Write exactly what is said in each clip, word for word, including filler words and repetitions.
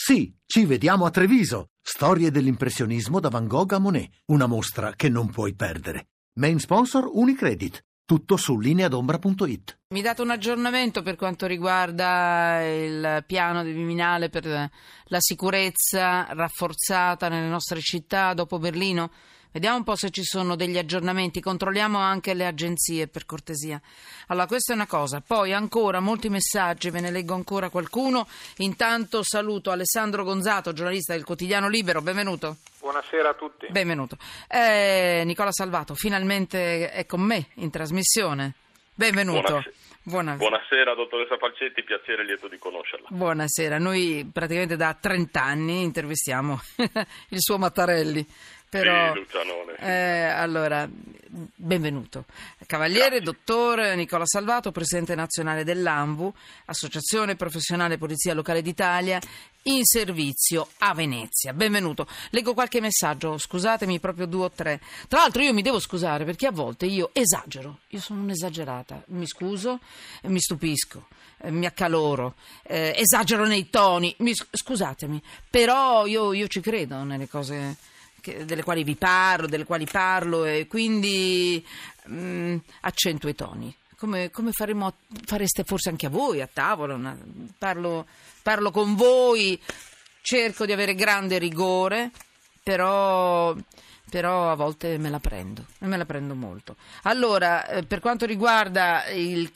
Sì, ci vediamo a Treviso. Storie dell'impressionismo da Van Gogh a Monet. Una mostra che non puoi perdere. Main sponsor Unicredit. Tutto su lineadombra punto it. Mi date un aggiornamento per quanto riguarda il piano di Viminale per la sicurezza rafforzata nelle nostre città dopo Berlino? Vediamo un po' se ci sono degli aggiornamenti, controlliamo anche le agenzie per cortesia. Allora, questa è una cosa, poi ancora molti messaggi, ve ne leggo ancora qualcuno. Intanto saluto Alessandro Gonzato, giornalista del Quotidiano Libero, benvenuto. Buonasera a tutti. Benvenuto. Eh, Nicola Salvato, finalmente è con me in trasmissione. Benvenuto. Buonasera. Buona... Buonasera dottoressa Falcetti, piacere, lieto di conoscerla. Buonasera, noi praticamente da trenta anni intervistiamo il suo Mattarelli. Però, sì, Lucianone. Sì. Eh, allora, benvenuto. Cavaliere, Grazie. Dottor Nicola Salvato, presidente nazionale dell'ANVU, Associazione Professionale Polizia Locale d'Italia, in servizio a Venezia. Benvenuto. Leggo qualche messaggio, scusatemi, proprio due o tre. Tra l'altro io mi devo scusare perché a volte io esagero, io sono un'esagerata, mi scuso, mi stupisco, mi accaloro, eh, esagero nei toni, mi, scusatemi, però io, io ci credo nelle cose delle quali vi parlo, delle quali parlo e quindi mh, accentuo i toni. Come, come faremo, fareste forse anche a voi a tavola, una, parlo, parlo con voi, cerco di avere grande rigore, però... però a volte me la prendo, e me la prendo molto. Allora, eh, per quanto riguarda il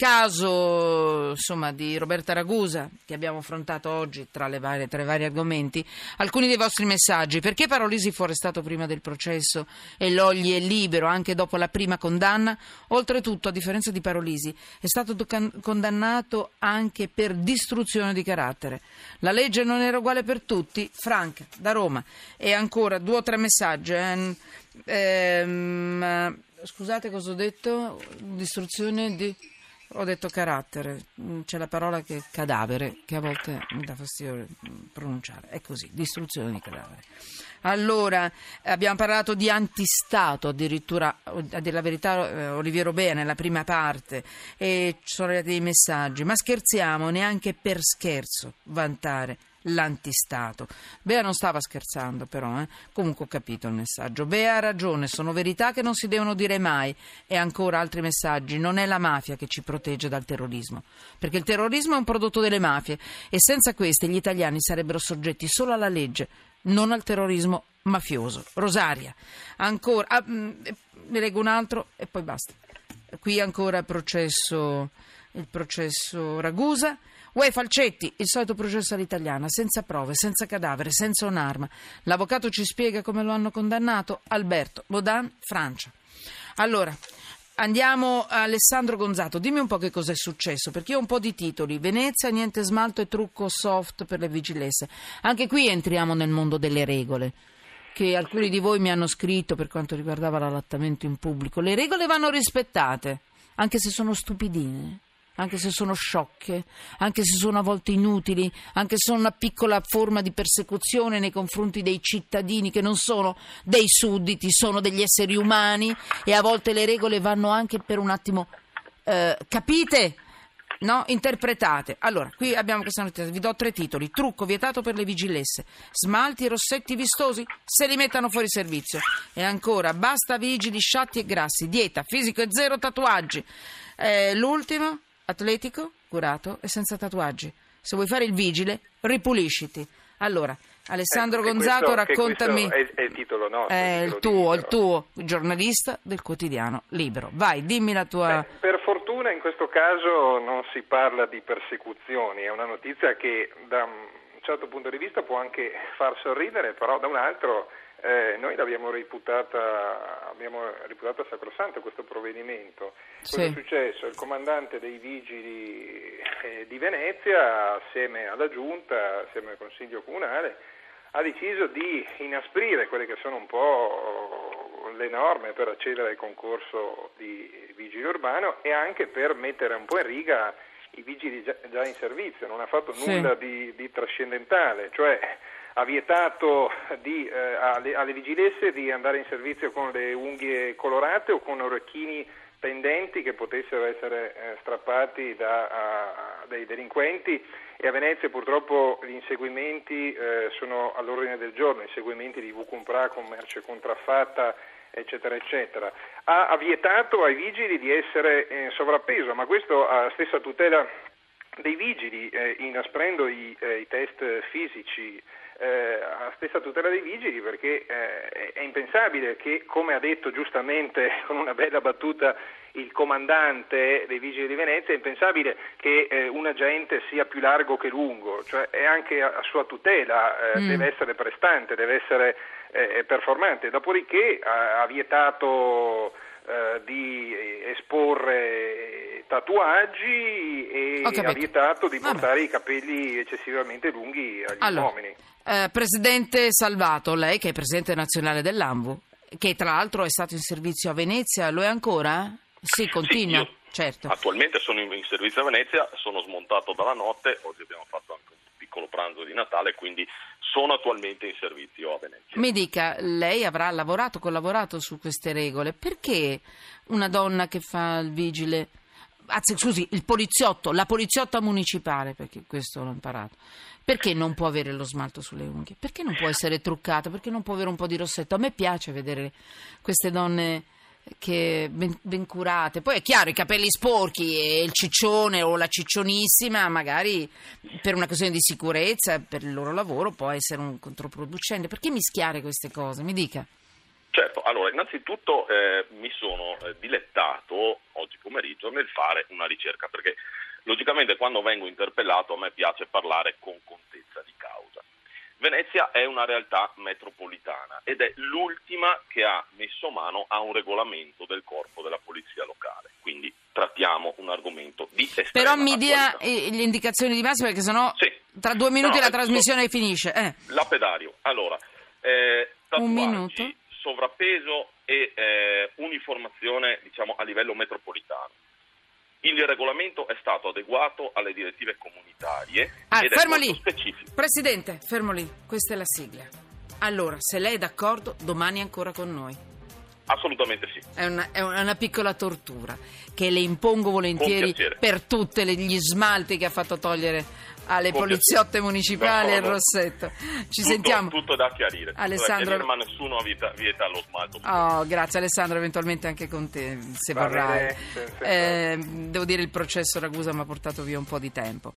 caso insomma di Roberta Ragusa, che abbiamo affrontato oggi tra, le varie, tra i vari argomenti, alcuni dei vostri messaggi: perché Parolisi fu arrestato prima del processo e Logli è libero anche dopo la prima condanna? Oltretutto, a differenza di Parolisi, è stato doc- condannato anche per distruzione di carattere. La legge non era uguale per tutti? Franca, da Roma. E ancora due o tre messaggi, eh. Ehm, scusate, cosa ho detto? Distruzione di... ho detto carattere, c'è la parola che è cadavere, che a volte mi dà fastidio pronunciare, è così, distruzione di cadavere. Allora, abbiamo parlato di antistato, addirittura, a dire la verità, Oliviero Bea nella prima parte, e ci sono arrivati dei messaggi: ma scherziamo, neanche per scherzo vantare l'antistato. Bea non stava scherzando, però, eh? Comunque ho capito il messaggio. Bea ha ragione, sono verità che non si devono dire mai. E ancora altri messaggi: non è la mafia che ci protegge dal terrorismo, perché il terrorismo è un prodotto delle mafie e senza queste gli italiani sarebbero soggetti solo alla legge, non al terrorismo mafioso. Rosaria, ancora, ah, ne leggo un altro e poi basta. Qui ancora il processo, il processo Ragusa. Uè Falcetti, il solito processo all'italiana, senza prove, senza cadavere, senza un'arma. L'avvocato ci spiega come lo hanno condannato? Alberto Bodan, Francia. Allora, andiamo a Alessandro Gonzato, dimmi un po' che cosa è successo, perché io ho un po' di titoli. Venezia, niente smalto e trucco soft per le vigilesse. Anche qui entriamo nel mondo delle regole, che alcuni di voi mi hanno scritto per quanto riguardava l'allattamento in pubblico. Le regole vanno rispettate, anche se sono stupidine, anche se sono sciocche, anche se sono a volte inutili, anche se sono una piccola forma di persecuzione nei confronti dei cittadini che non sono dei sudditi, sono degli esseri umani, e a volte le regole vanno anche per un attimo eh, capite? No? Interpretate. Allora, qui abbiamo questa notizia, vi do tre titoli: trucco vietato per le vigilesse, smalti e rossetti vistosi se li mettano fuori servizio, e ancora basta vigili sciatti e grassi, dieta, fisico e zero tatuaggi. Eh, l'ultimo, atletico, curato e senza tatuaggi. Se vuoi fare il vigile, ripulisciti. Allora, Alessandro ecco, Gonzato, questo, raccontami. È, è il titolo nostro. È il tuo, il tuo giornalista del Quotidiano Libero. Vai, dimmi la tua. Beh, per fortuna in questo caso non si parla di persecuzioni, è una notizia che da un certo punto di vista può anche far sorridere, però da un altro eh, noi l'abbiamo reputata, abbiamo reputato sacrosanto questo provvedimento. Sì. Cosa è successo? Il comandante dei vigili eh, di Venezia, assieme alla giunta, assieme al consiglio comunale, ha deciso di inasprire quelle che sono un po' le norme per accedere al concorso di vigile urbano e anche per mettere un po' in riga i vigili già, già in servizio. Non ha fatto sì. nulla di, di trascendentale, cioè ha vietato di, eh, alle, alle vigilesse di andare in servizio con le unghie colorate o con orecchini pendenti che potessero essere eh, strappati da a, dai delinquenti, e a Venezia purtroppo gli inseguimenti eh, sono all'ordine del giorno, inseguimenti di Vucumpra con merce contraffatta, eccetera eccetera. Ha, ha vietato ai vigili di essere in sovrappeso, ma questo a stessa tutela dei vigili, eh, inasprendo i, eh, i test fisici, eh, a stessa tutela dei vigili, perché eh, è impensabile che, come ha detto giustamente con una bella battuta il comandante dei Vigili di Venezia, è impensabile che eh, un agente sia più largo che lungo, cioè è anche a, a sua tutela, eh, mm. deve essere prestante, deve essere eh, performante. Dopodiché ha, ha vietato eh, di esporre tatuaggi e ha vietato di portare Vabbè. i capelli eccessivamente lunghi agli allora, uomini. Eh, Presidente Salvato, lei che è Presidente nazionale dell'ANVU, che tra l'altro è stato in servizio a Venezia, lo è ancora? Sì, continua. Sì, io certo. Attualmente sono in servizio a Venezia, sono smontato dalla notte, oggi abbiamo fatto anche un piccolo pranzo di Natale, quindi sono attualmente in servizio a Venezia. Mi dica, lei avrà lavorato, collaborato su queste regole, perché una donna che fa il vigile, anzi scusi, il poliziotto, la poliziotta municipale, perché questo l'ho imparato, perché non può avere lo smalto sulle unghie? Perché non può essere truccata? Perché non può avere un po' di rossetto? A me piace vedere queste donne che ben, ben curate. Poi è chiaro, i capelli sporchi e il ciccione o la ciccionissima magari per una questione di sicurezza, per il loro lavoro può essere un controproducente. Perché mischiare queste cose? Mi dica. Certo, allora innanzitutto eh, mi sono eh, dilettato oggi pomeriggio nel fare una ricerca, perché logicamente quando vengo interpellato a me piace parlare con contezza di causa. Venezia è una realtà metropolitana ed è l'ultima che ha messo mano a un regolamento del corpo della polizia locale, quindi trattiamo un argomento di estrema Però mi dia attualità. le indicazioni di massima, perché sennò sì. tra due minuti no, la eh, trasmissione so, finisce. Eh. Lapidario. Allora, eh, un tatuaggi, minuto. sovrappeso e eh, uniformazione, diciamo, a livello metropolitano. Il regolamento è stato adeguato alle direttive comunitarie ah, ed fermo è molto lì. specifico. Presidente, fermo lì, questa è la sigla. Allora, se lei è d'accordo, domani è ancora con noi. Assolutamente sì. È una, è una piccola tortura che le impongo volentieri per tutti gli smalti che ha fatto togliere alle Con poliziotte piacere. municipali no, e il no. rossetto. Ci tutto, sentiamo. Tutto da chiarire. Alessandro... Tutto da chiarire, ma nessuno vieta, vieta lo smalto. Oh, grazie Alessandro, eventualmente anche con te se vorrai. Eh, devo dire, il processo Ragusa mi ha portato via un po' di tempo.